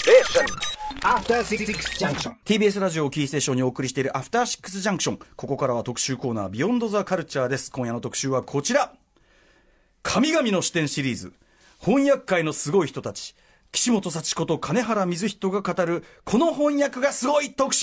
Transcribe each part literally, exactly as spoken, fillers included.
アフターシックスジャンクション ティービーエス ラジオをキーステーションにお送りしているアフターシックスジャンクション。ここからは特集コーナービヨンドザカルチャーです。今夜の特集はこちら、神々の視点シリーズ、翻訳界のすごい人たち、岸本幸子と金原瑞人が語るこの翻訳がすごい特集。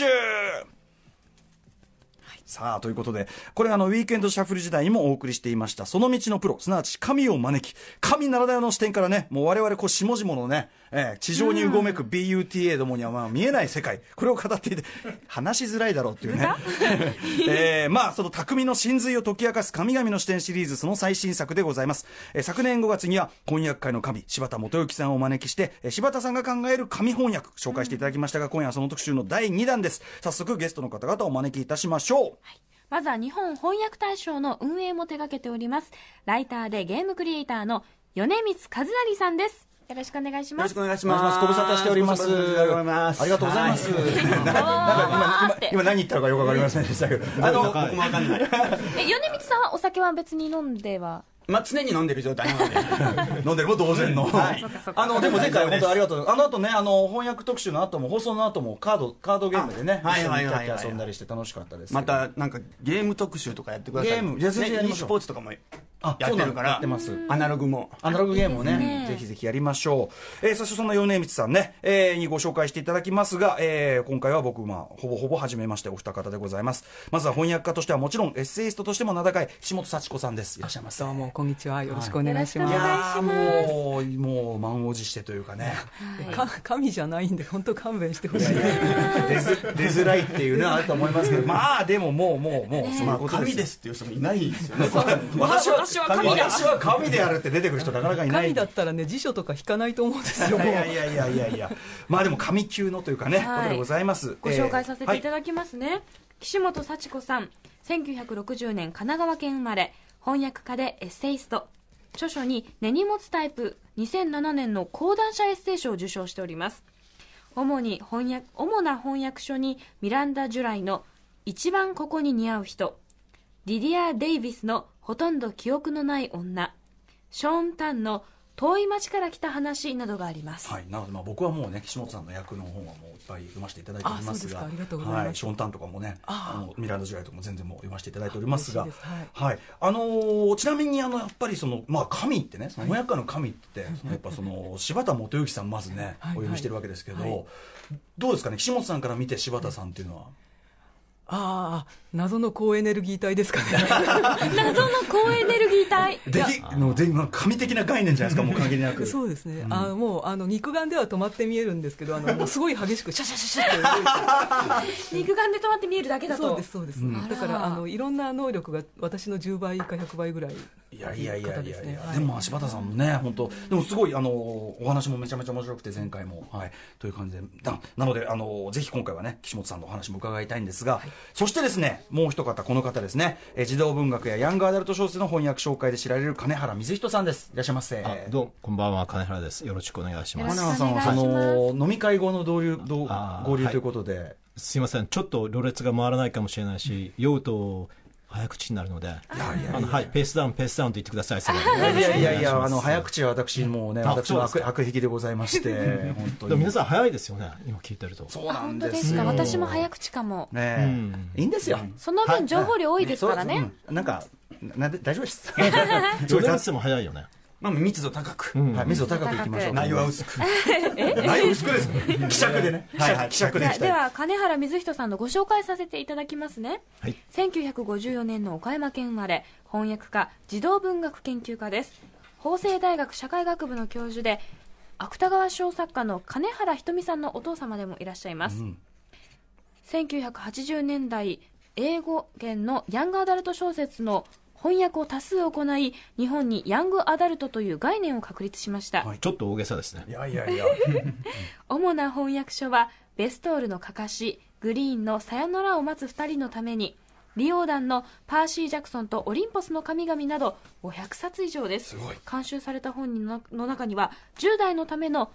さあということで、これあのウィークエンドシャッフル時代にもお送りしていましたその道のプロ、すなわち神を招き、神ならではの視点からね、もう我々こう下々のね、えー、地上にうごめく ビーユーティーエー どもにはまあ見えない世界、これを語っていて話しづらいだろうっていうねえー、まあその匠の真髄を解き明かす神々の視点シリーズ、その最新作でございます。えー、昨年ごがつには翻訳界の神柴田元幸さんをお招きして、えー、柴田さんが考える神翻訳紹介していただきましたが、今夜はその特集のだいにだんです。早速ゲストの方々をお招きいたしましょう。 はい、まずは日本翻訳大賞の運営も手掛けておりますライターでゲームクリエイターの米光和成さんです。よろしくお願いします。 よろしくお願いします。 ご無沙汰しております。ありがとうございます。なんか今今何言ったのかよくわかりませんでしたけど、あの僕もわかんない。 え、米光さんはお酒は別に飲んでは。 まあ、常に飲んでる状態なので飲んでるも同然の、はい、あのでも前回本当ありがとう。あの後ね、あの翻訳特集の後も放送の後もカードカードゲームでね、一緒にキャッキャ遊んだりして楽しかったです。 またなんかゲーム特集とかやってください。 ゲーム全然やりましょう。 e スポーツとかもやってるから、 やってます。 アナログもアナログゲームをね、ねぜひぜひやりましょう。えー、そしてそんな米光さんね、えー、にご紹介していただきますが、えー、今回は僕、まあ、ほぼほぼ初めましてお二方でございます。まずは翻訳家としてはもちろんエッセイストとしても名高い岸本幸子さんです。いらっしゃいませ。 どうもこんにちは、よろしくお願いします。 いやもうもう満を持してというかね、 はい、神じゃないんで本当勘弁してほしい。 出づらいっていうのはあると思いますけど、まあでももうもうもう、 まあ、神ですっていう人もいないですよね。 私は神だ、私は神であるって出てくる人なかなかいない。 神だったらね、辞書とか引かないと思うんですよ。 いやいやいやいやいや、まあでも神級のというかね、はい、ことでございます。 ご紹介させていただきますね、えーはい、岸本幸子さん、せんきゅうひゃくろくじゅうねん神奈川県生まれ、翻訳家でエッセイスト、著書に根に持つタイプ、にせんななねんの講談社エッセイ賞を受賞しております。主に翻訳主な翻訳書にミランダ・ジュライの一番ここに似合う人、リディア・デイビスのほとんど記憶のない女、ショーン・タンの遠い町から来た話などがあります。 はい、なのでまあ僕はもうね、岸本さんの役の本はもういっぱい読ませていただいておりますが、 ありがとうございます。 はい、ショーンタンとかもね、あのミランダ・ジュライとかも全然もう読ませていただいておりますが、 はい、 はい、あのー、ちなみにあのやっぱりそのまあ神ってね、その翻訳家の神って、はい、やっぱその柴田元幸さんまずね、はい、お呼びしてるわけですけど、はい、どうですかね、岸本さんから見て柴田さんっていうのは。 ああ、謎の高エネルギー体ですかね。 謎の高エネルギー体。 できので神的な概念じゃないですか、もう限りなく。 そうですね。うん、あもうあの肉眼では止まって見えるんですけど、あのもうすごい激しくシャシャシャシャって動いて。 肉眼で止まって見えるだけだと。 そうですそうです。うん、だからあのいろんな能力が私のじゅうばいかひゃくばいぐらい。 いやいやいやいやいや、はい、でも柴田さんもね、本当でもすごいあのお話もめちゃめちゃ面白くて、前回もはいという感じで、な, なのであのぜひ今回はね岸本さんのお話も伺いたいんですが、はい、そしてですね、もう一方、この方ですね、え児童文学やヤングアダルト小説の翻訳紹介で知られる金原瑞人さんです。いらっしゃいませ。 どうもこんばんは、金原です。よろしくお願いします。 金原さんはその飲み会後の同流同合流ということで、はい、 すいません、ちょっとろれつが回らないかもしれないし、酔うと早口になるので、あのはい、ペースダウンペースダウンと言ってください。それいやいやいや、あの早口は私もうね、私の悪悪癖でございまして、本当に。 でも皆さん早いですよね、今聞いてると。 そうなんですよ。 本当ですか。私も早口かも。 ね、うん、いいんですよ。 その分情報量多いですからね。はい、 うん、なんかなで大丈夫です。 冗談しても早いよね。 まあ、密度高く、 うんはい、密度高くいきましょう。 内容は薄く。 内容薄くです。希釈でね。はいはい、希釈で。 では金原瑞人さんのご紹介させていただきますね。はい、せんきゅうひゃくごじゅうよねんの岡山県生まれ、翻訳家、児童文学研究家です。法政大学社会学部の教授で、芥川賞作家の金原ひとみさんのお父様でもいらっしゃいます。うん、せんきゅうひゃくはちじゅうねんだい、英語圏のヤングアダルト小説の翻訳を多数行い、日本にヤングアダルトという概念を確立しました。 はい、ちょっと大げさですね。 いやいやいや。 主な翻訳書はベストールのかかし、グリーンのさよならを待つ二人のために、リオーダンのパーシー・ジャクソンとオリンポスの神々などごひゃくさつ以上です。すごい。監修された本の中にはじゅう代のための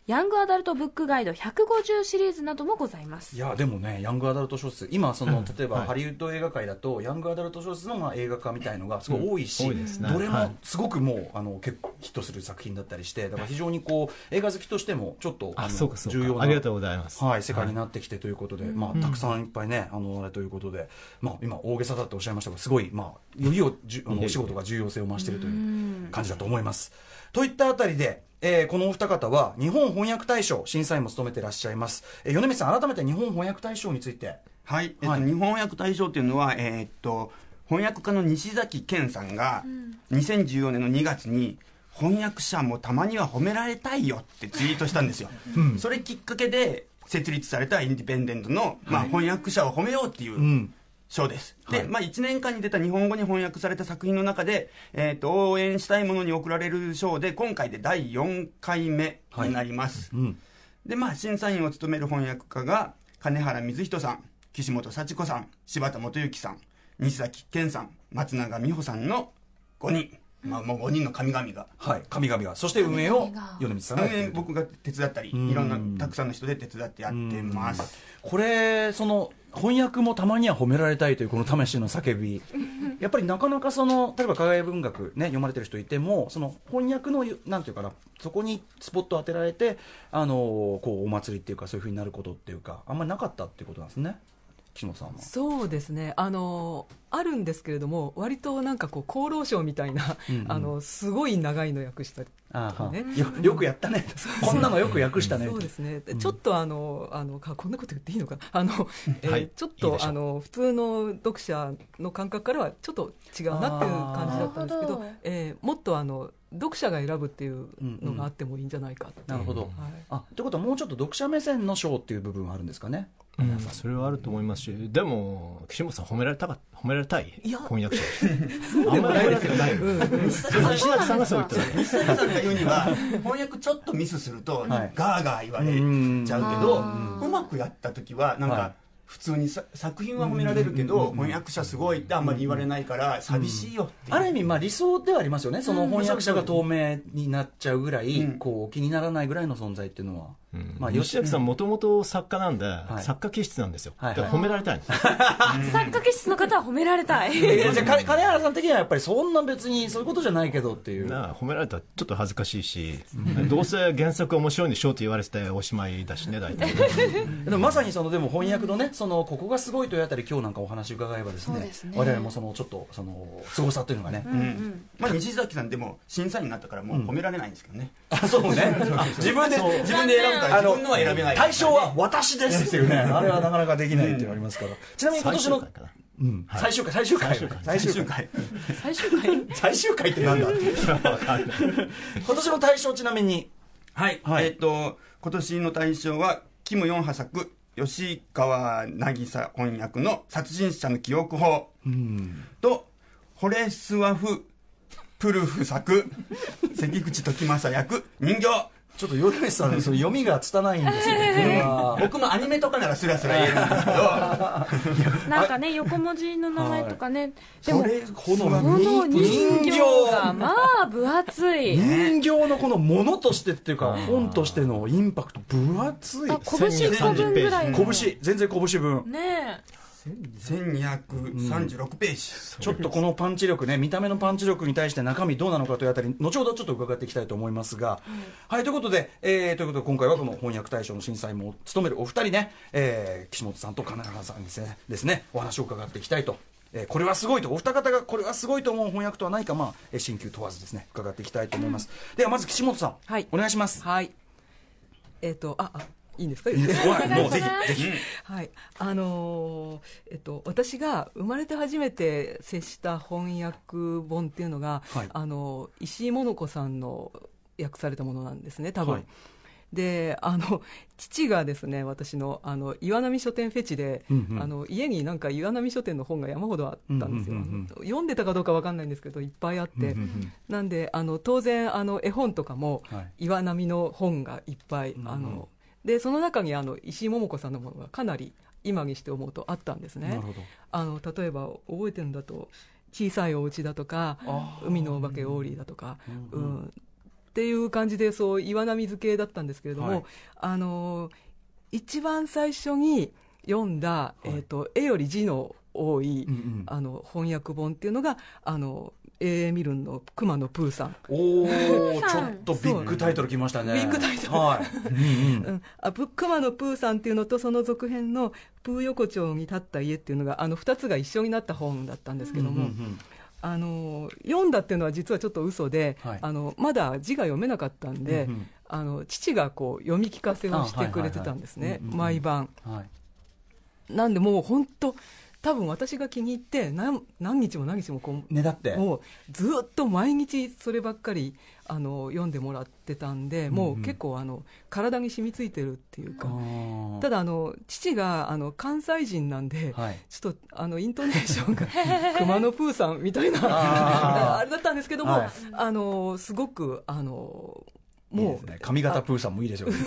ヤングアダルトブックガイドひゃくごじゅうシリーズなどもございます。 いやでもね、ヤングアダルト小説、今その例えばはいハリウッド映画界だとヤングアダルト小説のまあ映画化みたいのがすごい多いし、 うん多いですねどれもはいすごくもうあの結構ヒットする作品だったりして、だから非常にこう映画好きとしてもちょっとああ、 のそうかそう重要なか。ありがとうございます。 はい、世界になってきてということで、まあ、たくさんいっぱいね、あのあれということで、まあ、今、大げさだっておっしゃいましたが、すごい、まあ、よりをじゅあのいえいえお仕事が重要性を増しているという感じだと思います。といったあたりで、えーこのお二方は日本翻訳大賞審査員も務めていらっしゃいます。えー米光さん、改めて日本翻訳大賞について。 はい、えっとはい日本翻訳大賞というのは、えーっと翻訳家の西崎健さんがにせんじゅうよねんのにがつに翻訳者もたまには褒められたいよってツイートしたんですよ、それきっかけで設立されたインディペンデントの、まあ、翻訳者を褒めようっていううん賞です、 はいで、まあ、いちねんかんに出た日本語に翻訳された作品の中で、えーっと応援したいものに贈られる賞で今回でだいよんかいめになります、 うんで、まあ、審査員を務める翻訳家が金原瑞人さん、岸本幸子さん、柴田元幸さん、西崎健さん、松永美穂さんのごにん、まあ、もうごにんの神々が、 はい、神々が、そして運営を神々が米光さんがやっていると。 運営僕が手伝ったり、 んいろんなたくさんの人で手伝ってやってます。 これその翻訳もたまには褒められたいというこの魂の叫びやっぱりなかなかその例えば海外文学、ね、読まれてる人いてもその翻訳のなんていうかな、そこにスポットを当てられてあのこうお祭りっていうかそういうふうになることっていうかあんまりなかったっていうことなんですね、岸本さんは。 そうですね、あのあるんですけれども、割となんかこう厚労省みたいな、 うんうんあのすごい長いの訳したりあーはねよよくやったねこんなのよく訳したね。 そうですね、ちょっとあのあのかこんなこと言っていいのかな、あの、えーはいちょっといいでしょうあの普通の読者の感覚からはちょっと違うなっていう感じだったんですけど、 あーなるほどえーもっとあの読者が選ぶっていうのがあってもいいんじゃないかっていう、 なるほど、 はいあということはもうちょっと読者目線の賞っていう部分はあるんですかね。 うんそれはあると思いますし、でも岸本さん褒められたか褒められたいいや翻訳者あんまり褒められてない西崎さんがそう言ってたね。 西崎さんが言うには翻訳ちょっとミスすると、 はいガーガー言われちゃうけど、うまくやった時はなんか、 はい普通にさ作品は褒められるけど、翻訳者すごいってあんまり言われないから寂しいよっていう、 ある意味まあ理想ではありますよね、その翻訳者が透明になっちゃうぐらい、 うんこう気にならないぐらいの存在っていうのは、 うんまあ西崎さんもともと作家なんで、 い作家気質なんですよ、 はいはいだから褒められたいんですよ作家気質の方は褒められたい。 えじゃあ金金原さん的にはやっぱりそんな別にそういうことじゃないけどっていう。 なあ褒められたらちょっと恥ずかしいし、どうせ原作面白いんでしょうって言われてておしまいだしね大体でもまさにそのでも翻訳のね、そのここがすごいというあたり今日なんかお話伺えばですね、 そうですね我々もそのちょっとその凄さというのがね、 うんまあ、西崎さんでも審査員になったからもう褒められないんですけどね、 あそうね自分で自分で選ぶからあの自分のは選べない対象は私ですっていうねあれはなかなかできないっていうのありますから、ちなみに今年の最終回かなうん最終回最終回最終回最終回最終回最終回最終回ってなんだ今年の大賞ちなみにはい、 はいえっ、と今年の大賞はキム・ヨンハ作吉川渚翻訳の殺人者の記憶法とホレスワフ・プルフ作関口時政役人形。 ちょっと米光さんのその読みが拙いんですよねこれは僕もアニメとかならスラスラ言えるんですけどなんかね横文字の名前とかね、でもこれこのこの人形がまあ分厚い。 人形のこのものとしてっていうか本としてのインパクト分厚いあ拳いっこぶんぐらいの拳全然拳分ねせんにひゃくさんじゅうろくページ、 ちょっとこのパンチ力ね、見た目のパンチ力に対して中身どうなのかというあたり後ほどちょっと伺っていきたいと思いますが、はいということで、えー、ということで今回はこの翻訳大賞の審査員も務めるお二人ね、えー、岸本さんと金原さんにですね、ですねお話を伺っていきたいと、えー、これはすごいとお二方がこれはすごいと思う翻訳とは何か、まあえー新旧問わずですね伺っていきたいと思います、ではまず岸本さん、 はいお願いします。 はいえっ、とああいいんですかいいですはいもうぜひぜひはい、あのーえっと、私が生まれて初めて接した翻訳本っていうのが、 はいあの石井桃子さんの訳されたものなんですね多分、 はいであの父がですね私のあの岩波書店フェチで、 うんうんあの家になんか岩波書店の本が山ほどあったんですよ、 うんうんうんうん読んでたかどうか分かんないんですけどいっぱいあって、 うんうんうんなんであの当然あの絵本とかも、 はい岩波の本がいっぱい、 うんうんあのでその中にあの石井桃子さんのものがかなり今にして思うとあったんですね。 なるほど。 あの例えば覚えてるんだと小さいお家だとかあー海のお化けオーリーだとか、 うんうんうんっっていう感じでそう岩波漬けだったんですけれども、はい、あの一番最初に読んだ、はい、えーと、絵より字の多い、うんうん、あの翻訳本っていうのがあのエーエー ミルンの熊野プーさん。 おーちょっとビッグタイトルきましたね。 ビッグタイトル、はいうんうん、あ熊野プーさんっていうのとその続編のプー横丁に立った家っていうのがあのふたつが一緒になった本だったんですけども、うんうんうん、あの読んだっていうのは実はちょっと嘘で、はい、あのまだ字が読めなかったんで、うんうん、あの父がこう読み聞かせをしてくれてたんですね、毎晩、はい、なんでもう本当多分私が気に入って 何, 何日も何日もこうねだってもうずっと毎日そればっかりあの読んでもらってたんで、うんうん、もう結構あの体に染みついてるっていうか、ただあの父があの関西人なんで、はい、ちょっとあのイントネーションが熊野プーさんみたいな あ, あれだったんですけども、はい、あのすごくあのもういいですね、 上方プーさんもいいでしょう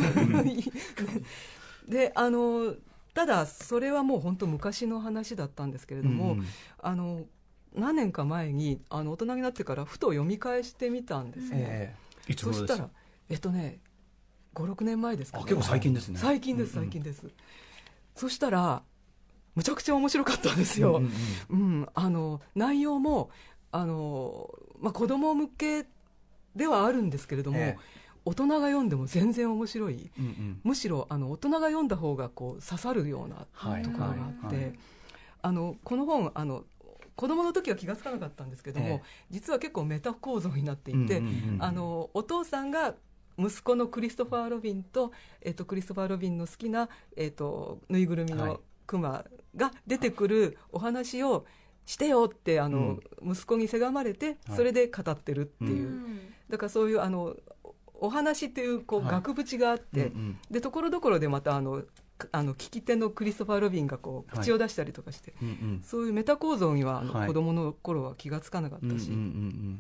であのただそれはもう本当昔の話だったんですけれども、うん、あの何年か前にあの大人になってからふと読み返してみたんですね、えー、いつ頃ですか？そしたらえっとねごろくねんまえですかね。 あ結構最近ですね。 最近です最近です、うんうん、そしたらむちゃくちゃ面白かったんですよ、うんうんうん、あの内容もあの、まあ、子供向けではあるんですけれども、えー大人が読んでも全然面白い、うんうん、むしろあの大人が読んだ方がこう刺さるようなところがあって、はいはいはい、あのこの本あの子供の時は気がつかなかったんですけども、えー、実は結構メタ構造になっていて、うんうんうん、あのお父さんが息子のクリストファー・ロビンと、えー、とクリストファー・ロビンの好きな、えー、とぬいぐるみのクマが出てくるお話をしてよってあの、うん、息子にせがまれてそれで語ってるっていう、はい、だからそういうあのお話っていうこう額縁があって、はいうんうん、でところどころでまたあのあの聞き手のクリストファー・ロビンがこう口を出したりとかして、はいうんうん、そういうメタ構造にはあの、はい、子供の頃は気がつかなかったし、うんうんうんうん、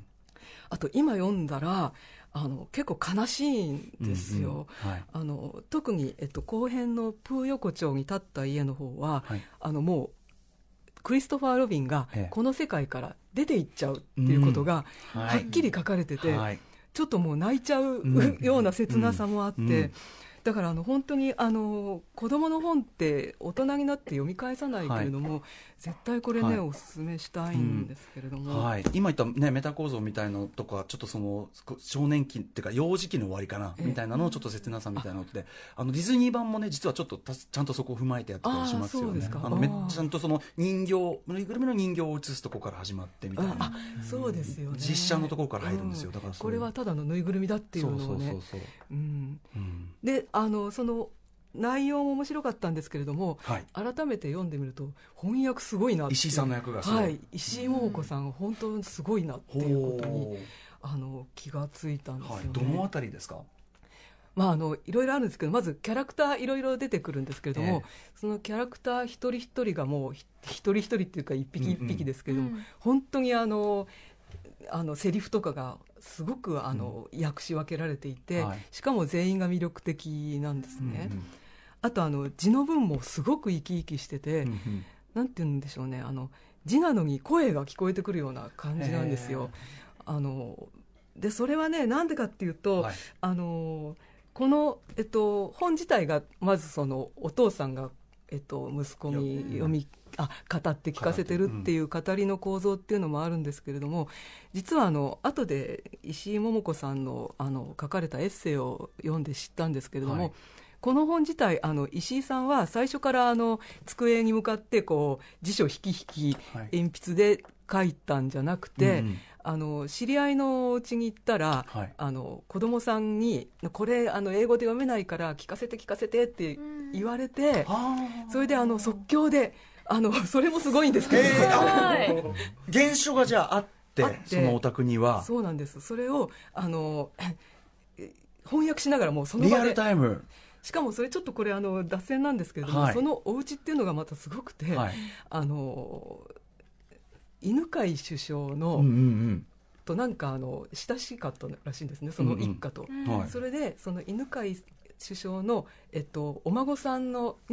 あと今読んだらあの結構悲しいんですよ、うんうんはい、あの特に、えっと、後編のプー横丁に立った家の方は、はい、あのもうクリストファー・ロビンがこの世界から出ていっちゃうっていうことがはっきり書かれてて、うんはいちょっともう泣いちゃうような切なさもあって、うんうん、だからあの本当にあの子供の本って大人になって読み返さないけれども、はい、絶対これね、はい、おすすめしたいんですけれども、 うんはい、今言った、ね、メタ構造みたいなのとかちょっとその少年期っていうか幼児期の終わりかなみたいなのをちょっと切なさみたいなのって、あのディズニー版もね実はちょっとたちゃんとそこを踏まえてやってたりしますよね。あのめちゃんとその人形ぬいぐるみの人形を映すところから始まってみたいな、 あそうですよね、 実写のところから入るんですよ、うん、だからこれはただのぬいぐるみだっていうのをねであのその内容も面白かったんですけれども、はい、改めて読んでみると翻訳すごいなって、 石井さんの役がすごい、はい、 石井桃子さん、うん、本当にすごいなっていうことにあの気がついたんですよね、はい、 どのあたりですか？ まあ、あのいろいろあるんですけどまずキャラクターいろいろ出てくるんですけれども、えー、そのキャラクター一人一人がもう一人一人っていうか一匹一匹ですけれども、うんうん、本当にあのあのセリフとかがすごくあの、うん、訳し分けられていて、はい、しかも全員が魅力的なんですね、うんうん、あとあの字の文もすごく生き生きしてて、うんうん、なんて言うんでしょうね、あの字なのに声が聞こえてくるような感じなんですよ。あのでそれはねなんでかっていうと、はい、あのこの、えっと、本自体がまずそのお父さんが、えっと、息子に読みあ語って聞かせてるっていう語りの構造っていうのもあるんですけれども、実はあの後で石井桃子さん の, あの書かれたエッセイを読んで知ったんですけれども、はい、この本自体あの石井さんは最初からあの机に向かってこう辞書引き引き鉛筆で書いたんじゃなくて、はいうんうんあの知り合いのお家に行ったら、はい、あの子供さんにこれあの英語で読めないから聞かせて聞かせてって言われて、それであの即興であのそれもすごいんですけど、 えー、原書がじゃああってそのお宅にはそうなんです。それをあの翻訳しながらもうその場でリアルタイム、 しかもそれちょっとこれあの脱線なんですけれども、はい、そのお家っていうのがまたすごくて、はい、あの犬飼首相の、うんうんうん、となんかあの親しかったらしいんですね、その一家と、うんうん、それでその犬飼首相の、えっと、お孫さんのに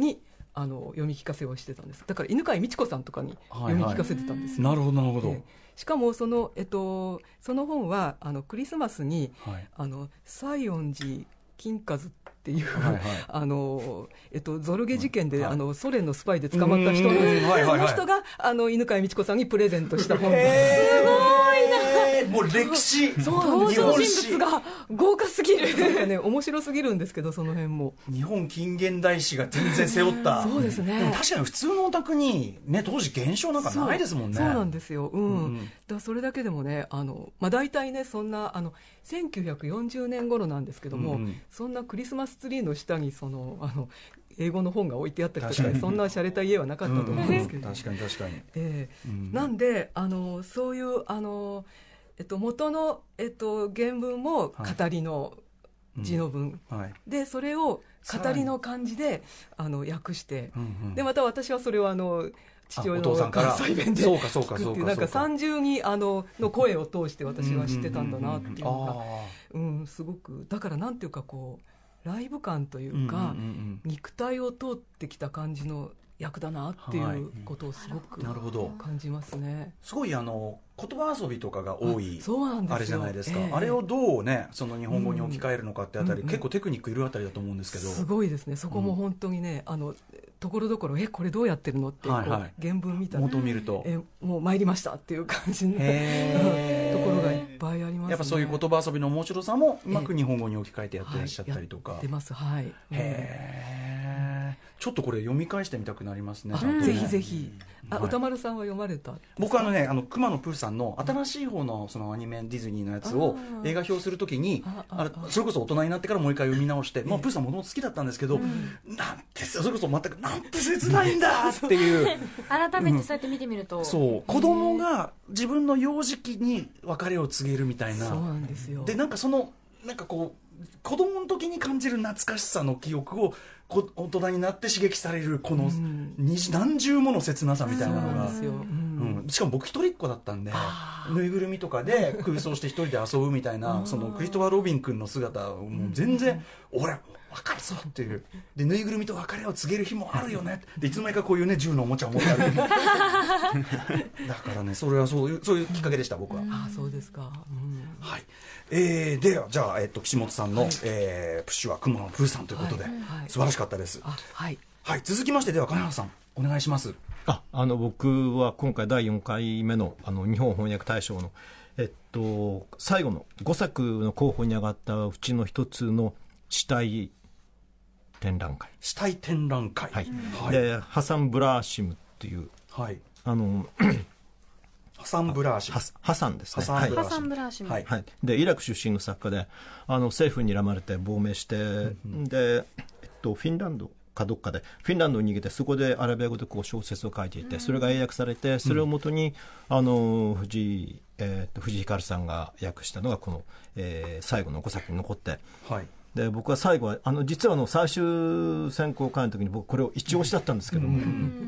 あの読み聞かせをしてたんです。だから犬飼美智子さんとかに読み聞かせてたんですよ。 なるほどなるほど。 えーしかもその、えっと、その本はあのクリスマスに、 はい、 あの西園寺金和っていう、 はいはい、 あのえっと、ゾルゲ事件で、 はい、 あのソ連のスパイで捕まった人なんです、はいはいはい、その人があの犬飼美智子さんにプレゼントした本です。 すごいな。 もう歴史、 登場人物が豪華すぎるね、面白すぎるんですけど、その辺も日本近現代史が全然背負ったそうですね。 でも確かに普通のお宅に、ね、当時現象なんかないですもんね。 そう、そうなんですよ、うんうん、 だからそれだけでもね、あの、まあ、大体ねそんなあのせんきゅうひゃくよんじゅうねん頃なんですけども、うん、そんなクリスマスツリーの下にそのあの英語の本が置いてあったりとか、そんな洒落た家はなかったと思うんですけど、 うん、確かに確かに、 えーうん、なんであのそういうあの、えっと、元の、えっと、原文も語りの字の文、はい、うんはい、でそれを語りの漢字であの訳して、うんうん、でまた私はそれをあの父親の関西弁で聞くっていう、なんか三重にあのの声を通して私は知ってたんだなっていうのが、うん、すごくだからなんていうかこうライブ感というか、うんうんうん、肉体を通ってきた感じの役だなっていうことをすごく感じますね、はい、 すごいあの言葉遊びとかが多いあ, あれじゃないですか、 えー、 あれをどうねその日本語に置き換えるのかってあたり、うん、結構テクニックいるあたりだと思うんですけど、 すごいですね。そこも本当にね、うん、あのところどころえこれどうやってるのってこう、はいはい、原文見たら元を見るとえもう参りましたっていう感じのところがいっぱいありますね。 やっぱそういう言葉遊びの面白さもうまく日本語に置き換えてやってらっしゃったりとか、 はい、やってます。はい、へえ、ちょっとこれ読み返してみたくなりますね。 ね、ぜひぜひ。あ、はい、歌丸さんは読まれた？ 僕はあのね、あの熊野プーさんの新しい方のそのアニメディズニーのやつを映画表するときに、あれそれこそ大人になってからもう一回読み直して、まあプーさんもともと好きだったんですけど、うん、なんてそれこそ全くなんて切ないんだっていう改めてそうやって見てみると、 うん、そう子供が自分の幼児期に別れを告げるみたいな、 そうなんですよ。 でなんかそのなんかこう子供の時に感じる懐かしさの記憶をこ大人になって刺激されるこの、うん、何重もの切なさみたいなのが、うんうん、しかも僕一人っ子だったんでぬいぐるみとかで空想して一人で遊ぶみたいなそのクリストファー・ロビン君の姿をもう全然、うん、俺分かるぞっていうでぬいぐるみと別れを告げる日もあるよねでいつの間にかこういうね銃のおもちゃを持ってあるだからねそれはそういうそういうきっかけでした僕は。 ああそうですか、うん、 はい、えー、ではじゃあ、えっと、岸本さんの、はい、えー、プッシュは熊野プーさんということで、はいはい、素晴らしかったです。 あ、はいはい、続きましてでは金原さんお願いします。 ああの僕は今回だいよんかいめ の, あの日本翻訳大賞の、えっと、最後のごさくの候補に上がったうちの一つの死体展覧会死体展覧会、 はいはい、でハサン・ブラーシムっていう、 はい、 あのハサン・ブラーシムハサンですね。 ハサン・ブラーシム、 はいはい、でイラク出身の作家であの政府に睨まれて亡命して、うんうん、で、えっと、フィンランドかどっかでフィンランドに逃げてそこでアラビア語でこう小説を書いていて、うん、それが英訳されてそれをもとに、うん、あの藤井、えー、っと藤井光さんが訳したのがこの、えー、最後のごさくに残って、はい、で僕は最後はあの実はあの最終選考会の時に僕これを一押しだったんですけども、うん、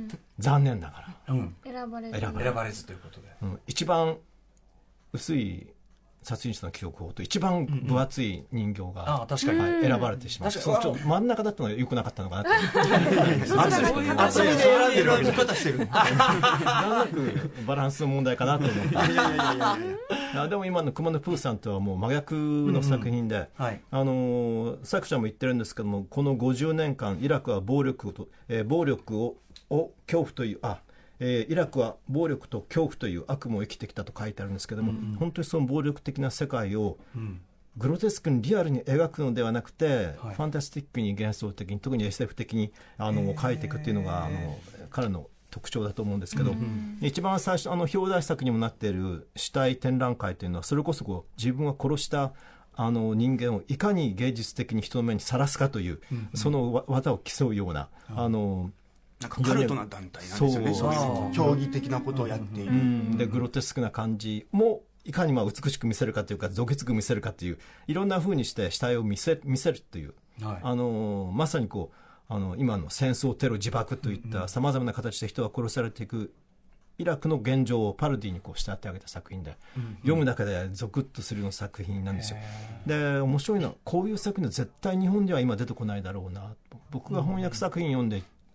残念ながら、うん、 選ばれず選ばれ選ばれずということで、 うん、一番薄い殺人者の記憶法と一番分厚い人形が、うんうん、確かに、はい、選ばれてしまう。そのちょっと真ん中だったのが良くなかったのかなって厚みで選んでる見方してる長くバランスの問題かなと思っていやいやいやいやでも今の熊野プーさんとはもう真逆の作品で、うんうんはい、あの作者も言ってるんですけどもこのごじゅうねんかんイラクは暴力と、えー、暴力をを恐怖というあえー、イラクは暴力と恐怖という悪夢を生きてきたと書いてあるんですけども、うんうん、本当にその暴力的な世界をグロテスクにリアルに描くのではなくて、はい、ファンタスティックに幻想的に特に エスエフ 的にあの書いていくっていうのがあの彼の特徴だと思うんですけど、うんうん、一番最初あの表題作にもなっている死体展覧会というのはそれこそこう自分が殺したあの人間をいかに芸術的に人の目にさらすかという、うんうん、その技を競うような、うん、あのなんかカルトな団体なんですよね。そういう競技的なことをやっている、うん、 でグロテスクな感じもいかにまあ美しく見せるかというか俗血く見せるかといういろんな風にして死体を見せ、見せるという、はい、あのまさにこうあの今の戦争テロ自爆といったさまざまな形で人が殺されていくイラクの現状をパロディにこう仕立て上げた作品で、うんうん、読むだけでゾクッとするような作品なんですよ。で面白いのはこういう作品は絶対日本では今出てこないだろうな。僕が翻訳作品読んで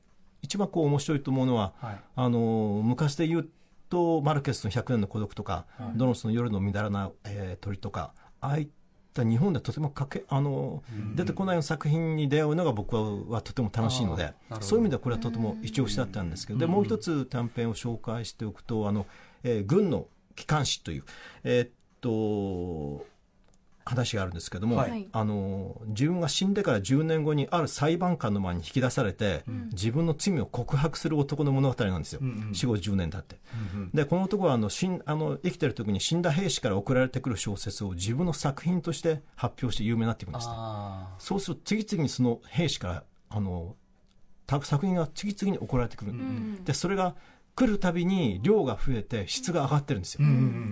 一番こう面白いと思うのは、はい、あの昔で言うとマルケスのひゃくねんの孤独とか、はい、ドノスの夜のみだらな、えー、鳥とか、ああいった日本でとてもかけあの、うん、出てこないような作品に出会うのが僕は、はとても楽しいので、そういう意味ではこれはとても一押しだったんですけど、でもう一つ短編を紹介しておくと、あの、えー、軍の機関士という、えー、っと話があるんですけども、はい、あの自分が死んでからじゅうねんごにある裁判官の前に引き出されて、うん、自分の罪を告白する男の物語なんですよ、うんうん、死後じゅうねん経って、うんうん、でこの男はあの死んあの生きてる時に死んだ兵士から送られてくる小説を自分の作品として発表して有名になっていくんですね。そうすると次々にその兵士からあの作品が次々に送られてくる、うん、でそれが来るたびに量が増えて質が上がってるんですよ、うんうん、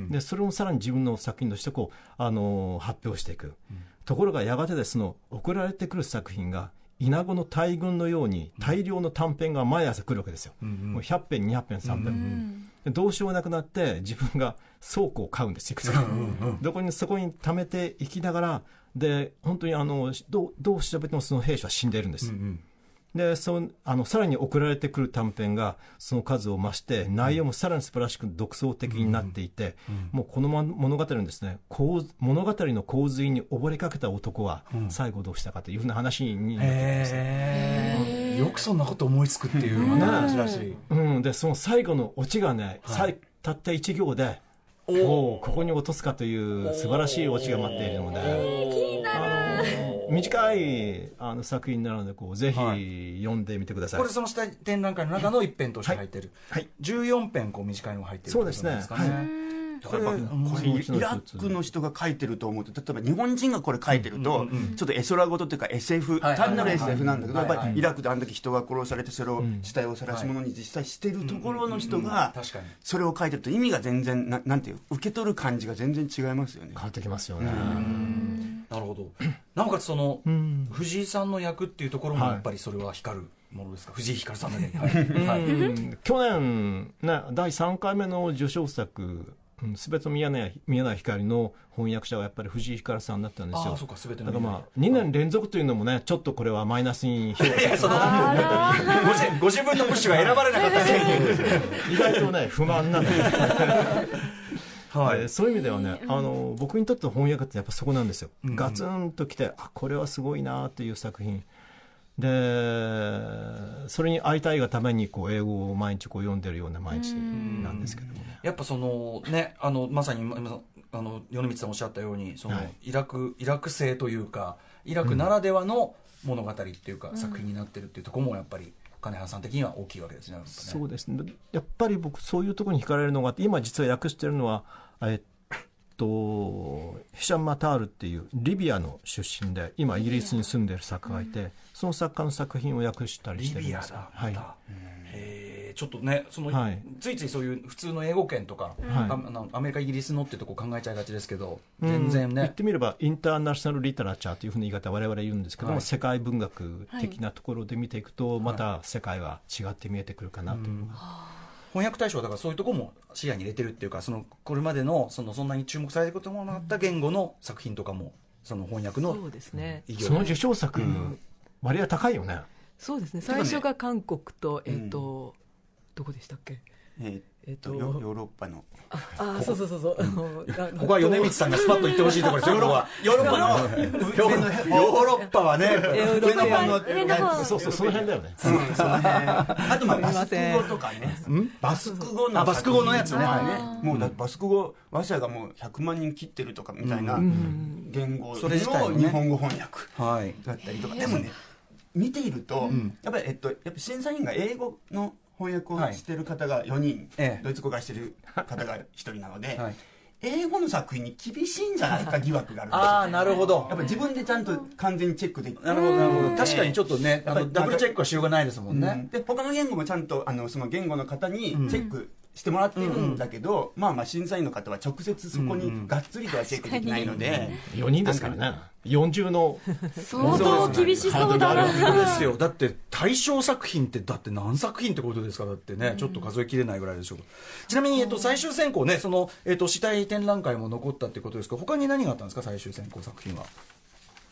でそれをさらに自分の作品としてこう、あのー、発表していく、うん、ところがやがてでその送られてくる作品がイナゴの大群のように大量の短編が毎朝来るわけですよ、うんうん、もうひゃく編にひゃく編さんびゃく編、うんうん、でどうしようもなくなって自分が倉庫を買うんですよ、うんうん、どこにそこに貯めていきながらで本当にあの ど, どう調べてもその兵士は死んでいるんです、うんうん、でそあのさらに送られてくる短編がその数を増して内容もさらに素晴らしく独創的になっていて、うんうん、もうこの物語のですね物語の洪水に溺れかけた男は最後どうしたかというふうな話になっているんですね、 うん、よくそんなこと思いつくっていうのが話らしい、 うん、でその最後のオチがね、はい、たった一行でおここに落とすかという素晴らしいオチが待っているので、 気になる。 短いあの作品なのでこうぜひ読んでみてください、 はい、これその下展覧会の中の一編として入ってる、はいはい、じゅうよん編こう短いのが入ってるそうですね、はいこれこれイラクの人が書いてると思うと例えば日本人がこれ書いてると、うんうんうん、ちょっと絵空事というか エスエフ、はい、単なる エスエフ なんだけど、はいはいはい、やっぱりイラクであの時人が殺されてそれを死体を晒し物に実際してるところの人がそれを書いてると意味が全然 な, なんていう受け取る感じが全然違いますよね。 変わってきますよね。 なるほど。なおかつその藤井さんの役っていうところもやっぱりそれは光るものですか、はい、藤井光さんだね、はいはい、 去年、ね、だいさんかいめの受賞作すべて見えない見えない光の翻訳者はやっぱり藤井光さんだったんですよ。 あそうか、すべてのだからまあにねん連続というのもねちょっとこれはマイナスに評価いやそのご自分のプッシュが選ばれなかった意外とね不満なんですはい、そういう意味ではね、あの僕にとっての翻訳ってやっぱそこなんですよ、うん、ガツンときてあこれはすごいなという作品でそれに会いたいがためにこう英語を毎日こう読んでるような毎日なんですけどもね。 やっぱそのねあのまさにあの米光さんおっしゃったようにその、はい、イラクイラク製というかイラクならではの物語っていうか、うん、作品になってるっていうところもやっぱり金原さん的には大きいわけですね。 そうですね。やっぱり僕そういうところに惹かれるのが今実は訳してるのはえっとヒシャン・マタールっていうリビアの出身で今イギリスに住んでる作家がいて、うん、その作家の作品を訳したりしてるんです。 リビアだ、はい、へちょっとねその、はい、ついついそういう普通の英語圏とか、はい、アメリカイギリスのってとこ考えちゃいがちですけど、全然ね、 言ってみればインターナショナルリテラチャーというふうな言い方我々言うんですけども、はい、世界文学的なところで見ていくと、はい、また世界は違って見えてくるかなという、はい翻訳対象はだからそういうところも視野に入れてるっていうかそのこれまでの そのそんなに注目されることもなかった言語の作品とかもその翻訳のそうですね、 その受賞作、うん、割合高いよね。 そうですね。最初が韓国と、えーとうん、どこでしたっけ、 えーえー、とヨーロッパのああそうそうそうそう、うん、 ここは米光さんがスパッと言ってほしいところですよ。ヨーロッパのヨーロッパはね上の方のそうそうその辺だよね、 うん、その辺あとまあバスク語とかねバスク語のバスク語のやつね、 はい、もうだバスク語話者がもうひゃくまんにん切ってるとかみたいな言語の日本語翻訳だったりとか、でもね見ているとやっぱりえっとやっぱ審査員が英語の翻訳をしている方がよにん、はい、ドイツ語がしている方がひとりなので、はい、英語の作品に厳しいんじゃないか疑惑があるんですよ。 ああなるほど。 やっぱ自分でちゃんと完全にチェックできる。 なるほどなるほど。確かにちょっとねあのダブルチェックはしようがないですもんね、 うん、で他の言語もちゃんとあのその言語の方にチェックしてもらってるんだけど、うん、まあまあ審査員の方は直接そこにがっつりとはチェックできないので、 うん、よにんですからねよんじゅうの相当厳しそうだなですよ。だって対象作品ってだって何作品ってことですか。だってね、うん、ちょっと数えきれないぐらいでしょう。ちなみに、えっと、最終選考ねその、えっと、死体展覧会も残ったってことですけど他に何があったんですか最終選考作品は。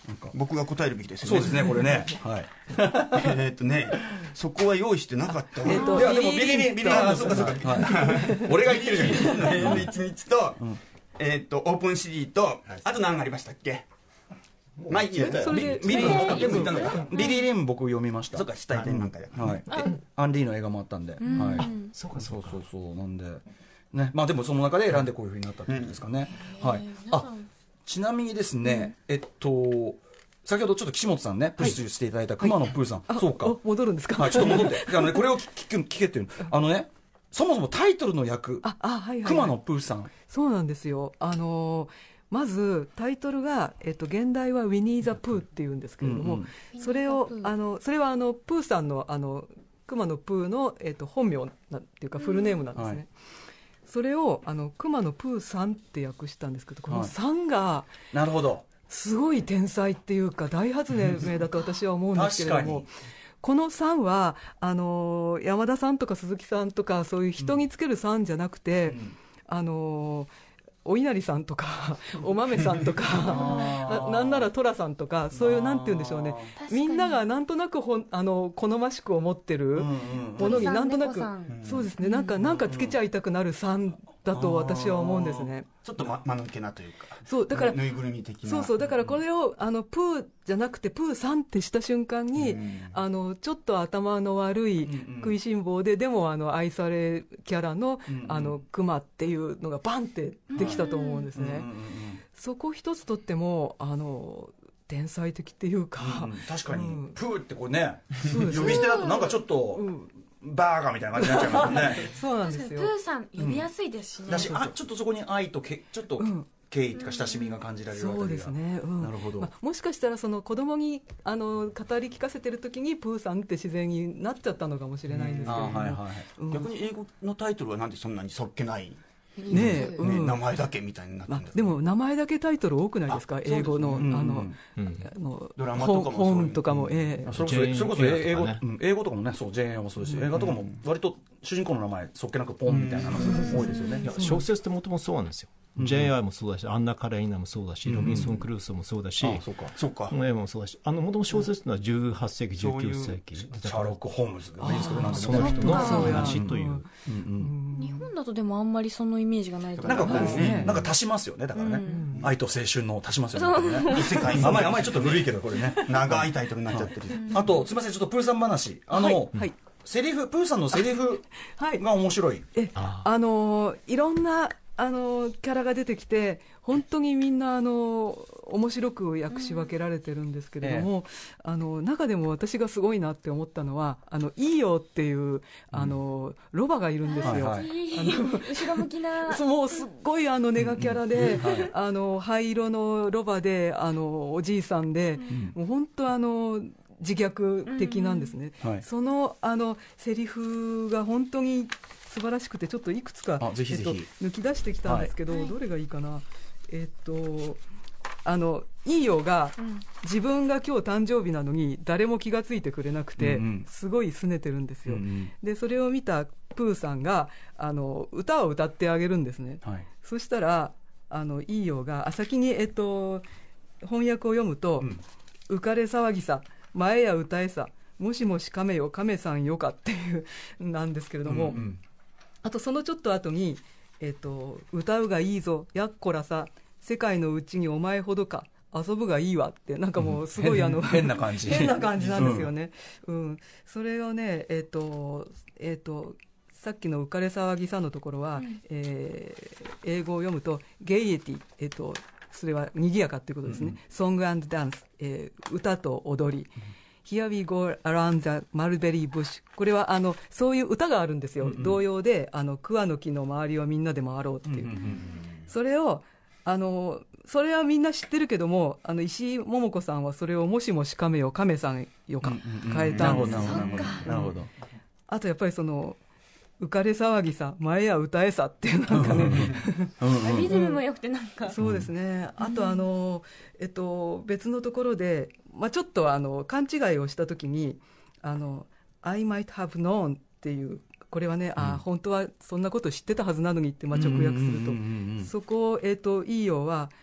なんか僕が答えるべきですよね。 そうですね、これね。はい。 えっとね、そこは用意してなかったわ。 えっといや、でもビリビリ、ビリビリ、 あ、そうかそうか。 俺が言ってるじゃん。 いちにちと、えっと、オープンシティと、あと何がありましたっけ？まあいいや。 それでビリビリ全部言ったのか。 ビリリン僕読みました。 そうか、したい点なんかで。 はい。アンリーの映画もあったんで。はい。そうか、そうそうそう。なんで、ね。まあでもその中で選んでこういう風になったってことですかね。はい。あ、ちなみにですね、えっと、先ほどちょっと岸本さんね、プッシュしていただいた熊野プーさん。そうか。 戻るんですか？ はい、ちょっと戻って。あのね、これを聞く、聞けっていう。あのね、そもそもタイトルの役、 あ、あ、はいはい、はい。 熊野プーさん。 そうなんですよ。あのー、まずタイトルが、えっと、現代はウィニー・ザ・プーっていうんですけれども、うんうん、それをあのそれはあのプーさんのあの熊野プーの、えっと、本名なんていうかフルネームなんですね、うんはい、それをあの熊野プーさんって訳したんですけど、このさんがなるほどすごい天才っていうか大発明だと私は思うんですけれどもこのさんはあの山田さんとか鈴木さんとかそういう人につけるさんじゃなくて、うん、あのお稲荷さんとかお豆さんとかな, なんなら寅さんとかそういうなんて言うんでしょうね、みんながなんとなくほんあの好ましく思ってるものになんとなく、そうですね、なんかなんかつけちゃいたくなるさんだと私は思うんですね。 ちょっとま間抜けなというか、 そうだからぬいぐるみ的な、 そうそうだからこれをあのプーじゃなくてプーさんってした瞬間に、うん、あのちょっと頭の悪い食いしん坊で、うんうん、でもあの愛されキャラの、うんうん、あのクマっていうのがバンってできたと思うんですね、うんうんうん、そこ一つとってもあの天才的っていうか、 うん、確かに、うん、プーってこうね呼び捨てだとなんかちょっと、うんバーガーみたいな感じになっちゃいますね。 そうなんですよ。 プーさん呼びやすいですしね。 だし、あ、ちょっとそこに愛とけちょっと敬意とか親しみが感じられるあたりが。 そうですね。うん、なるほど。まあ、もしかしたらその子供にあの語り聞かせてる時にプーさんって自然になっちゃったのかもしれないんですけど、ね、はいはいうん、逆に英語のタイトルはなんでそんなにそっけない？ ねえ、うん、 名前だけみたいになってるんだ、 まあ、でも名前だけタイトル多くないですか、英語の、うん、あの、うん、あのドラマとかも本とかも、えー、それこそそれこそ英語、うん、英語とかもね、そう ジェーエー もそうですし、映画とかも割と主人公の名前そっけなくポンみたいなのが多いですよね。 いや小説ってもともとそうなんですよ。ジェーアイ もそうだし、アンナ・カレイナもそうだし、ロビンソン・クルーソーもそうだし、 そうか、そうか、 映画もそうだし、あのもともと小説ってのはじゅうはっせいき、じゅうきゅうせいき、シャーロック・ホームズでもいいですけど、なんかその人の話という。 日本だとでもあんまりそのイメージがないとなんかこう、ね、なんか足しますよね、だからね、うん、愛と青春の足しますよね、ね世界甘い甘いちょっと古いけどこれね長いタイトルになっちゃってる。 あとすみません、ちょっとプーさん話、あの、はいはい、セリフプーさんのセリフが面白い。 えあのいろんなあのキャラが出てきて本当にみんなあの面白く訳し分けられてるんですけれども、うんええ、あの中でも私がすごいなって思ったのはあのいいよっていうあの、うん、ロバがいるんですよ、はいはい、 あの後ろ向きなもうすっごいあのネガキャラで、うんうんはい、あの灰色のロバであのおじいさんで、うん、もう本当あの自虐的なんですね、うんはい、そのあのセリフが本当に素晴らしくてちょっといくつかぜひぜひ、 えっと、抜き出してきたんですけど、はい、どれがいいかな。えっとあのいいよが、うん、自分が今日誕生日なのに誰も気がついてくれなくて、うんうん、すごい拗ねてるんですよ、うんうん、でそれを見たプーさんがあの歌を歌ってあげるんですね、はい、そしたらあのいいよがあ先に、えっと、翻訳を読むと、うん、浮かれ騒ぎさ前や歌えさもしもし亀よ亀さんよかっていうなんですけれども、うんうん、あとそのちょっと後に、えーと、歌うがいいぞやっこらさ世界のうちにお前ほどか遊ぶがいいわってなんかもうすごい、うん、あの変な感じ変な感じなんですよね、うんうん、それをねえっ、ー、とえっ、ー、とさっきの浮かれ騒ぎさのところは、うんえー、英語を読むとゲイエティ、えー、とそれは賑やかということですね、うん、ソング&ダンス、えー、歌と踊り、うんHere we go around the mulberry bush これはあのそういう歌があるんですよ、うんうん、童謡であの桑の木の周りをみんなで回ろうっていう、うんうんうん、それをあのそれはみんな知ってるけどもあの石井桃子さんはそれをもしもし亀よ亀さんよか、うんうん、変えたんですよ。 なるほど。 あとやっぱりその浮かれ騒ぎさ前や歌えさっていうなんかねリズムも良くてなんかそうですね。あとあの、えっと、別のところで、まあ、ちょっとあの勘違いをしたときにあの I might have known っていうこれはね、うん、あ本当はそんなこと知ってたはずなのにって、まあ、直訳するとそこを、えっと、いいよは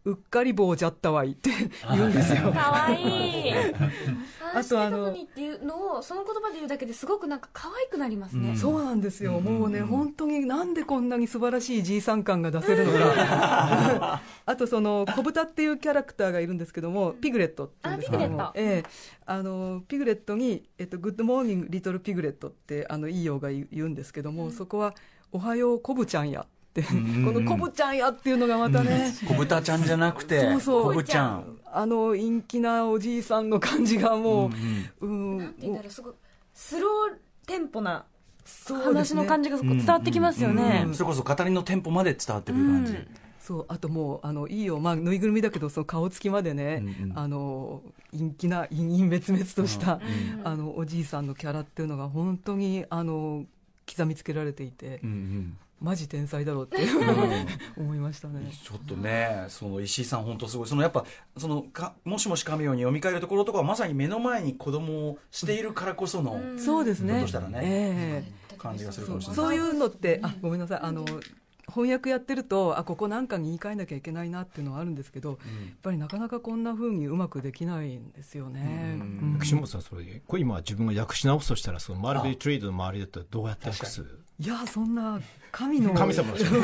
うっかり棒じゃったわいって言うんですよ。 かわいい。 あとあのあしてたのにっていうのをその言葉で言うだけですごくなんか可愛くなりますね。 うん、そうなんですよ。もうね、本当になんでこんなに素晴らしいじいさん感が出せるのか。あとその小豚っていうキャラクターがいるんですけども、ピグレットっていうんですけども、 あピグレット、ええ、あのピグレットにえっとグッドモーニングリトルピグレットってあのいいようが言うんですけども、うん、そこはおはようコブちゃんや。このコブちゃんやっていうのがまたね、 小豚ちゃんじゃなくてそうそうコブちゃん、 あの陰気なおじいさんの感じがもう、うん、 うん、なんて言うんだろう、すごいスローテンポな話の感じが伝わってきますよね。 それこそ語りのテンポまで伝わってくる感じ、うん、 そうあともうあのいいよ、まあ、ぬいぐるみだけどその顔つきまでね、うんうん、あの陰気な陰陰滅々とした、うん、あのおじいさんのキャラっていうのが本当にあの刻みつけられていて、うんうん、マジ天才だろうって思いましたね。 ちょっとね、その石井さん本当すごい。そのやっぱそのかもしもし神よに読み替えるところとかはまさに目の前に子供をしているからこその、うん、 そうですね。 としたらね、えー、感じがするかもしれない。 そういうのってあごめんなさいあの翻訳やってるとあここなんかに言い換えなきゃいけないなっていうのはあるんですけど、うん、やっぱりなかなかこんな風にうまくできないんですよね。 岸本さんそれこれ今自分が訳し直すとしたらそのマルベリートレードの周りだったらどうやって訳す？ いやそんな神の神様の人金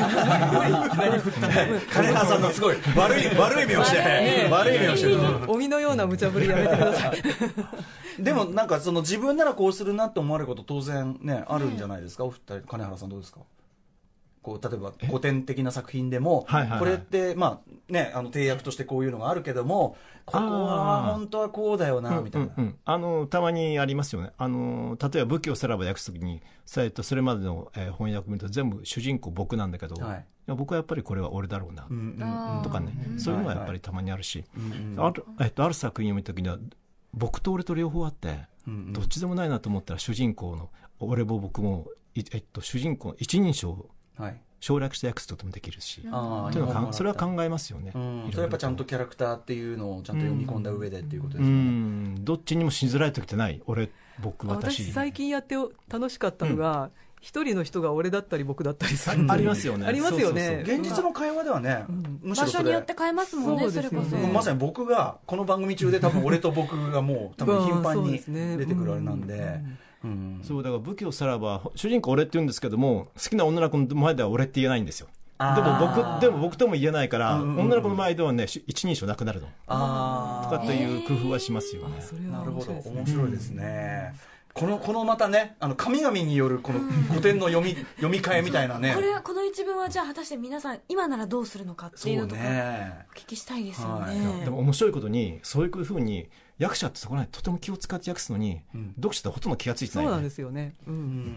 原さんのすごい悪い悪い目をして悪い目をしてる鬼のような無茶ぶりやめてください。 でもなんかその自分ならこうするなって思われること当然ねあるんじゃないですか。お二人金原さんどうですか？こう例えば古典的な作品でも、はいはいはい、これってまあねあの定訳としてこういうのがあるけどもここは本当はこうだよなみたいな、 うんうんうん、あのたまにありますよね。あの例えば仏教さらば訳すときにそれまでの、えー、翻訳見ると全部主人公僕なんだけど、はい、いや僕はやっぱりこれは俺だろうな、うんうん、とかね、うん、そういうのはやっぱりたまにあるし、はいはい、ある、えっと、ある作品を見たときには僕と俺と両方あって、うんうん、どっちでもないなと思ったら主人公の俺も僕も、えっと、主人公の一人称、はい省略して訳すこともできるし、あというのはそれは考えますよね。 うん、それはやっぱちゃんとキャラクターっていうのをちゃんと読み込んだ上でっていうことですよね。 うん、どっちにもしづらい時ってない。俺僕私。 私最近やって楽しかったのが、一、うん、人の人が俺だったり僕だったりする。 ありますよね。 ありますよね。 そうそうそう現実の会話ではね、うん、 むしろそれ場所によって変えますもんね。それこそ。 まさに僕がこの番組中で多分俺と僕がもう多分頻繁に出てくるあれなんで。 うん、そうだから武器をさらば主人公俺って言うんですけども好きな女の子の前では俺って言えないんですよ。でも僕でも僕とも言えないから、うんうんうん、女の子の前ではね一人称なくなるのあとかっていう工夫はしますよね。 なるほど面白いですね。このこのまたねあの神々によるこの古典の読み読み替えみたいなね。 これはこの一文はじゃあ果たして皆さん今ならどうするのかっていうのとかお聞きしたいですよね。 はい、でも面白いことにそういうふうに役者ってそこらとても気を使って訳すのに、うん、読者ってほとんど気がついてない、ね、 そうなんですよね、うん、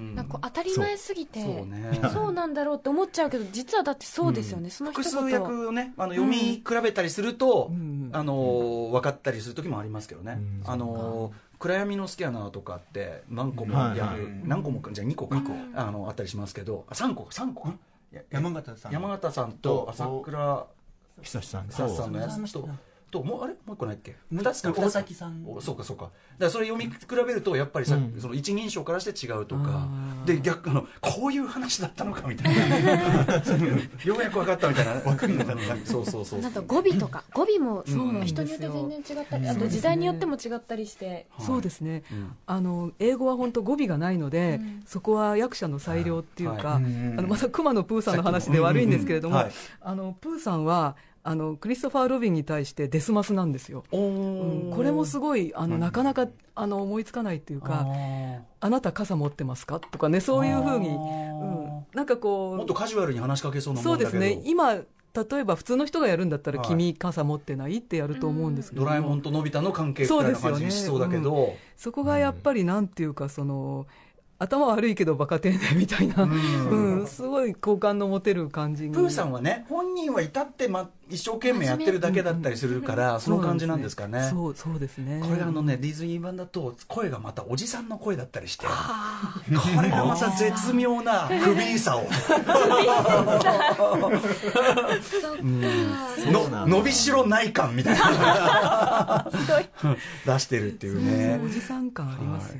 なんか当たり前すぎて そう、ね、そうなんだろうって思っちゃうけど実はだってそうですよね、うん、その一言複数訳をねあの読み比べたりすると、うん、あの分かったりする時もありますけどね、うん、あの暗闇のスキャナーとかって何個もやる、はいはい、何個もじゃあにこか、うん、あのあったりしますけどさんこかさんこか山形さん山形さんと朝倉久志さん久志さんのやつとともうあれもう一個ないっけふたつか大崎さんそうかそうかだからそれ読み比べるとやっぱりさ、うん、その一人称からして違うとかで逆あのこういう話だったのかみたいなようやく分かったみたいな分かんなかったそうそうそうなんか語尾とか語尾もそう人によって全然違ったり、うん、あと時代によっても違ったりして、 うん、そうですね、うん、あの英語は本当語尾がないので、うん、そこは役者の裁量っていうか、はいはい、あのまた熊野プーさんの話で悪いんですけれども、はい、あのプーさんはあのクリストファー・ロビンに対してデスマスなんですよ、うん、これもすごいあのなかなかあの思いつかないっていうか、あなた傘持ってますかとかねそういうふうに、うん、なんかこうもっとカジュアルに話しかけそうなもんだけどそうですね今例えば普通の人がやるんだったら、はい、君傘持ってないってやると思うんですけど、 ドラえもんとのび太の関係みたいな感じにしそうだけど そ,、ねうん、 そこがやっぱりなんていうかその頭悪いけどバカ丁寧みたいな、うんうん、すごい好感の持てる感じに。 プーさんはね本人は至って、ま、一生懸命やってるだけだったりするから、うん、その感じなんですかね。 そう、そうですね。 これがあのねディズニー版だと声がまたおじさんの声だったりしてこれがまた絶妙な不憫さをの伸びしろない感みたいな出してるっていうね。 おじさん感ありますよね。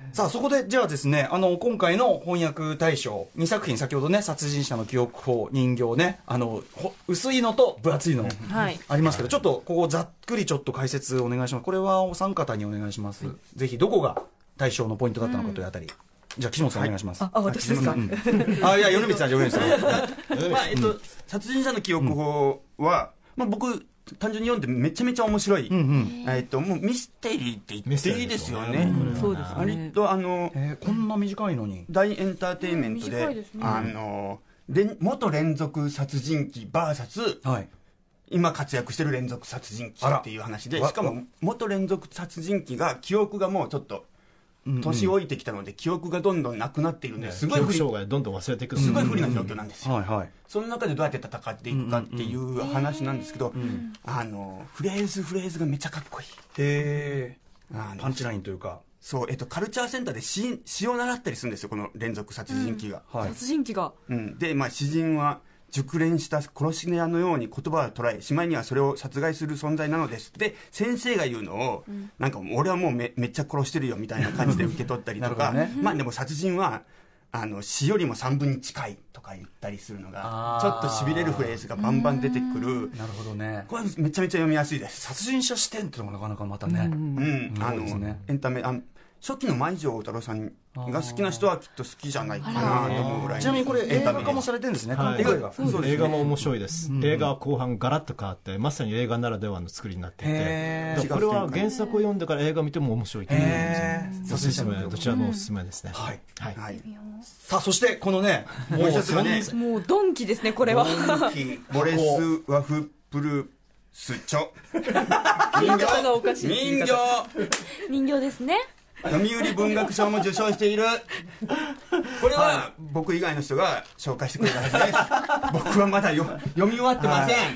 さあそこでじゃあですね、あの今回の翻訳大賞にさく品、先ほどね殺人者の記憶法、人形ね、あの薄いのと分厚いのありますけど、ちょっとここざっくりちょっと解説お願いします。これはお三方にお願いします、うん、ぜひどこが大賞のポイントだったのかというあたり、うん、じゃあ岸本さんお願いします。 はい、ああ私ですか、うんうん、 あいや米光さん、米光さんまあえっと、うん、殺人者の記憶法は、まあ、僕単純に読んでめちゃめちゃ面白い、うんうん、えっともうミステリーって言っていいですよね。 そうですね。 割とあの、 えー、こんな短いのに大エンターテインメントで、うん、でね、あの元連続殺人鬼 ブイエス、はい、今活躍してる連続殺人鬼っていう話で、しかも元連続殺人鬼が記憶がもうちょっと年老いてきたので記憶がどんどんなくなっているんで、すごい不利、 記憶障害どんどん忘れていく、 すごい不利な状況なんですよ、 はいはい、 その中でどうやって戦っていくかっていう話なんですけど、あのフレーズフレーズがめちゃかっこいい。 へー、パンチラインというか、 そう、えっと、カルチャーセンターで詩、詩を習ったりするんですよ、この連続殺人鬼が、 うんはい、殺人鬼が、 うん、で、まあ、詩人は熟練した殺し屋のように言葉を捉え、しまいにはそれを殺害する存在なのです。で先生が言うのを、うん、なんか俺はもう め, めっちゃ殺してるよみたいな感じで受け取ったりとか、ね、まあでも殺人はあの死よりもさんぶんに近いとか言ったりするのがちょっとしびれるフレーズがバンバン出てくる。 なるほどね。 これめちゃめちゃ読みやすいです。 殺人者視点っていうのがなかなかまたね、うん、 うん、あの、ね、エンタメ、あ初期の舞城太郎さんが好きな人はきっと好きじゃないかなと思うぐらい。 ちなみにこれ映画化もされてるんですね。 はい、映画がそうですね。映画も面白いです、うん、映画は後半ガラッと変わってまさに映画ならではの作りになっていて、これは原作を読んでから映画見ても面白いと思います。おすすめ、どちらもおすすめですね、うん、はい、はいはい、 さあそしてこのねもう一つがね、 もうドンキですね、これはドンキボレスワフプルスチョ人形がおかしい、 人形人形ですね。 読売文学賞も受賞している。これは僕以外の人が紹介してくれたはずです。僕はまだよ読み終わってません、はい、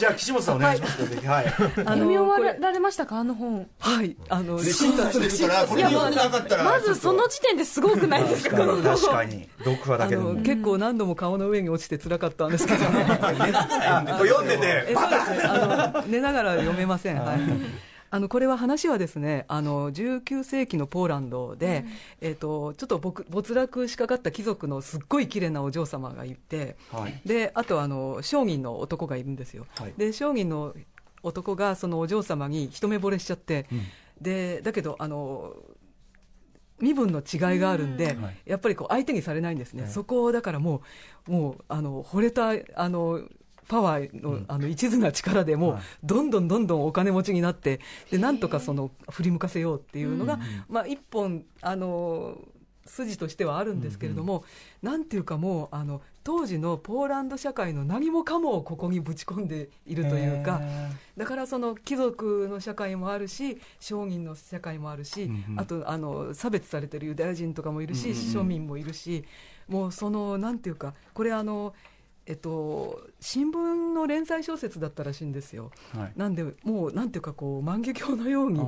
じゃあ岸本さんお願いします、はい、あの読み終わられましたか、あの本。 はい、あの審査してるからこれ読んでなかったらまずその時点ですごくないですか。 確かに読破だけでも結構何度も顔の上に落ちて辛かったんですけどね読んでてバタン寝ながら読めません、はい、あのこれは話はですね、あのじゅうきゅうせいきのポーランドで、うん、えー、とちょっと没落しかかった貴族のすっごい綺麗なお嬢様がいて、はい、であとあの商人の男がいるんですよ、はい、で商人の男がそのお嬢様に一目惚れしちゃって、うん、でだけどあの身分の違いがあるんで、うん、やっぱりこう相手にされないんですね、はい、そこをだからもう、もうあの惚れたあのパワー の,、うん、あの一途な力でもうどんどんどんどんお金持ちになって、でなんとかその振り向かせようっていうのが、まあ、一本あの筋としてはあるんですけれども、うん、なんていうかもうあの当時のポーランド社会の何もかもをここにぶち込んでいるというか、だからその貴族の社会もあるし商人の社会もあるし、うんうん、あとあの差別されてるユダヤ人とかもいるし、うんうん、庶民もいるし、もうそのなんていうかこれあのえっと、新聞の連載小説だったらしいんですよ、はい、なんでもうなんていうかこう万華鏡のように、うん、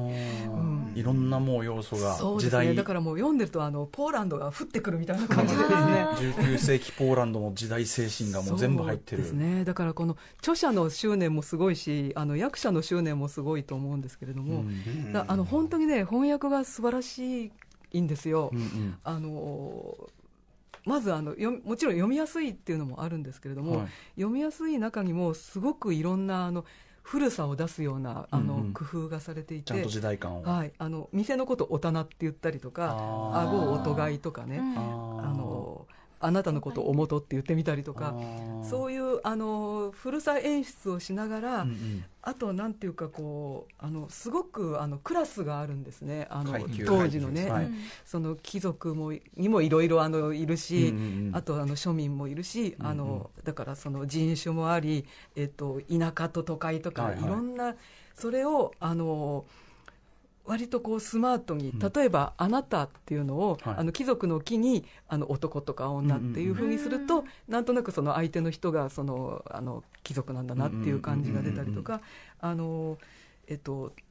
いろんなもう要素がそうですね、だからもう読んでるとあのポーランドが降ってくるみたいな感じですねじゅうきゅうせいきポーランドの時代精神がもう全部入ってる。 そうですね、だからこの著者の執念もすごいし、あの役者の執念もすごいと思うんですけれども、うん、だあの本当にね翻訳が素晴らしいんですよ、うんうん、あのまずあのよもちろん読みやすいっていうのもあるんですけれども、はい、読みやすい中にもすごくいろんなあの古さを出すようなあの、うんうん、工夫がされていて、 ちゃんと時代感を、 はい、あの店のことお棚って言ったりとか、顎をおとがいとかね、あのあなたのことおもとって言ってみたりとか、そういうあの古さ演出をしながら、うんうん、あとなんていうかこうあのすごくあのクラスがあるんですね、あの当時のね、はい、その貴族もにもいろいろあのいるし、うんうんうん、あとあの庶民もいるし、あの、うんうん、だからその人種もあり、えっと、田舎と都会とか、はいはい、いろんなそれをあの割とこうスマートに、例えばあなたっていうのを、うん、あの貴族の木にあの男とか女っていう風にすると、うんうん、なんとなくその相手の人がそのあの貴族なんだなっていう感じが出たりとか、あのえっと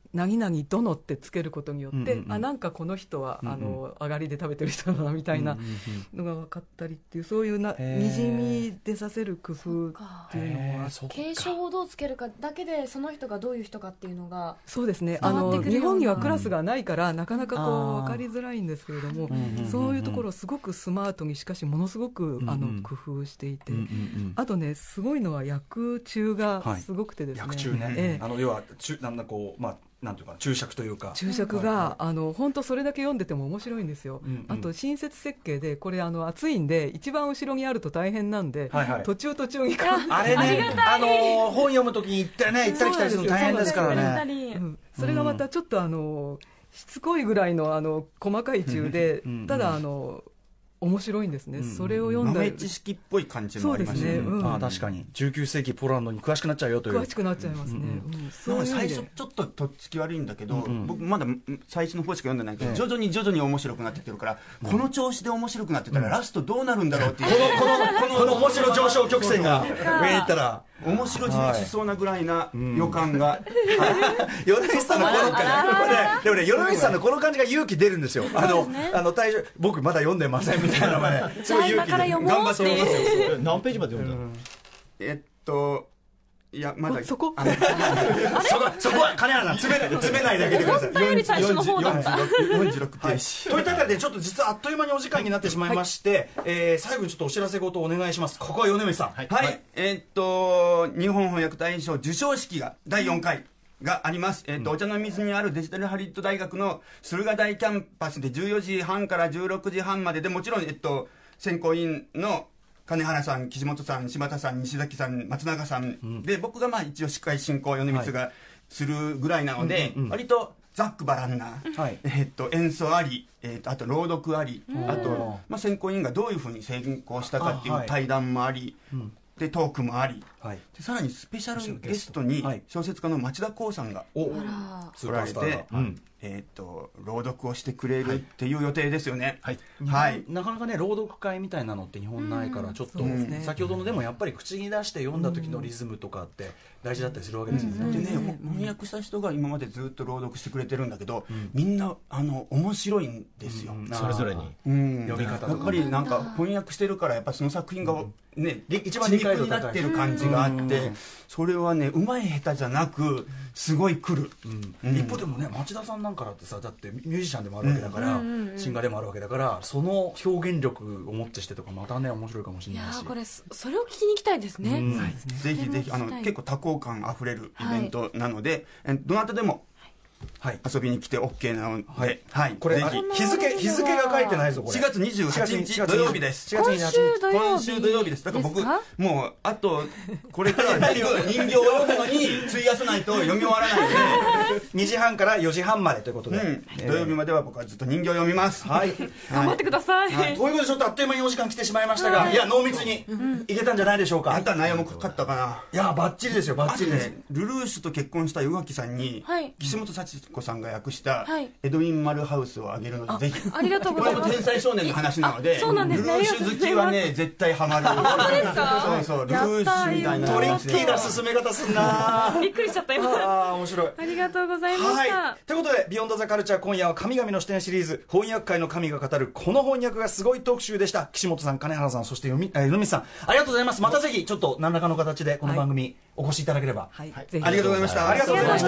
何々殿ってつけることによって、 うんうんうん、 あなんかこの人は、 うんうん、 あの上がりで食べてる人だなみたいなのが分かったりっていう、そういうなにじみ出させる工夫っていうのは、 継承をどうつけるかだけでその人がどういう人かっていうのがそうですね、あの日本にはクラスがないからなかなかこう分かりづらいんですけれども、そういうところをすごくスマートにしかしものすごくあの工夫していて、あとねすごいのは薬中がすごくてですね、 薬中ね、ええ、あの要は中なんだこうまあなんていうか注釈というか注釈が、はい、あの本当それだけ読んでても面白いんですよ、うんうん、あと親切設計でこれあの厚いんで一番後ろにあると大変なんで、はいはい、途中途中にあれねあのー、本読むときに行ってね行ったり来たりするの大変ですからね、 うん、それがまたちょっとあのしつこいぐらいのあの細かい中で、うんうん、ただあの面白いんですね、うん、それを読んだ豆知識っぽい感じもありますね、 うん、あ確かにじゅうきゅう世紀ポーランドに詳しくなっちゃうよという詳しくなっちゃいますね、うんうんうん、 そういう最初ちょっととっつき悪いんだけど、うんうん、僕まだ最初の方しか読んでないけど、うん、徐々に徐々に面白くなってきてるから、うん、この調子で面白くなってたら、うん、ラストどうなるんだろうっていう、 このこのこの面白上昇曲線が上に行ったら面白じみしそうなぐらいな予感が、 米光さんのこのでもね、米光さんのこの感じが勇気出るんですよ。あの、あの大丈夫、僕まだ読んでませんみたいなのがね、すごい勇気で頑張ってますよ。 何ページまで読んだの？ えっと。いやまだそこそこそこは金原さん詰めない詰めないであげてください。 よんじゅうろくページ。 という中でちょっと実はあっという間にお時間になってしまいまして、はい、えー、最後にちょっとお知らせ事をお願いします。ここは米光さん。 はい。はい、えー、っと日本翻訳大賞授賞式がだいよんかいがあります。えー、っと、うん、お茶の水にあるデジタルハリウッド大学の駿河台キャンパスでじゅうよじはんからじゅうろくじはんまでで、もちろんえっと選考委員の金原さん、岸本さん、柴田さん、西崎さん、松永さん、うん、で僕がまあ一応司会進行米光がするぐらいなので、はい、うんうん、割とざっくばらんな、はい、えー、っと演奏あり、えー、っとあと朗読あり、あと、まあ、選考委員がどういうふうに選考したかっていう対談もあり、はい、でトークもあり、はい、でさらにスペシャルゲストに小説家の町田光さんが来られて、えー、と朗読をしてくれるっていう予定ですよね、 はいはい、なかなかね朗読会みたいなのって日本ないからちょっと、ね、先ほどのでもやっぱり口に出して読んだ時のリズムとかって大事だったりするわけですよね。 でね、翻訳した人が今までずっと朗読してくれてるんだけど、うん、みんなあの面白いんですよ、うん、 それぞれに、 うん、読み方とかやっぱりなんか翻訳してるからやっぱその作品が、ね、うん、一番理解度になってる感じがあって、うん、それはねうまい下手じゃなくすごい来る、 うんうん、一方でもね町田さんなんかだってさだってミュージシャンでもあるわけだから、うん、シンガーでもあるわけだからその表現力をもってしてとかまたね面白いかもしれないし、いやこれそれを聞きに行きたいですね、うん、 ぜひぜひあの結構多幸感あふれるイベントなので、はい、どなたでもはい、遊びに来て OK なので、はいはい、 これ日付日付が書いてないぞこれ。 しがつにじゅうはちにち土曜日です。 今週土曜日。 今週土曜日です。だから僕もうあとこれから人形を読むのに費やさないと読み終わらないのでにじはんからよじはんまでということで、うん、 土曜日までは僕はずっと人形を読みます。 はい。 頑張ってください。はい、 ということでちょっとあっという間にお時間来てしまいましたが、はい、いや濃密にいけたんじゃないでしょうか。 あとは内容も濃かったかな。 いやバッチリですよバッチリです。 ね、ルルーシュと結婚した宇垣さんに、はい、岸本幸子さんが訳したエドウィン・マルハウスをあげるので、ぜひ。 ありがとうございます。 これも天才少年の話なので、 そうなんですね、 ルルーシュ好きはね絶対ハマる。 本当ですか。 そうそう、ルルーシュみたいなトリッキーな進め方すんな。 びっくりしちゃった今。 ああ面白い。 ありがとうございました。 はい。ということでビヨンドザカルチャー、今夜は神々の視点シリーズ、翻訳界の神が語るこの翻訳がすごい特集でした。岸本さん、金原さん、そして米光さん、ありがとうございます。またぜひちょっと何らかの形でこの番組お越しいただければ。 はい。 ありがとうございました。 ありがとうございました。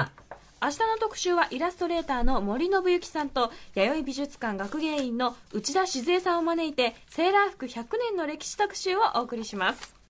明日の特集はイラストレーターの森信之さんと弥生美術館学芸員の内田静江さんを招いてセーラー服ひゃくねんの歴史特集をお送りします。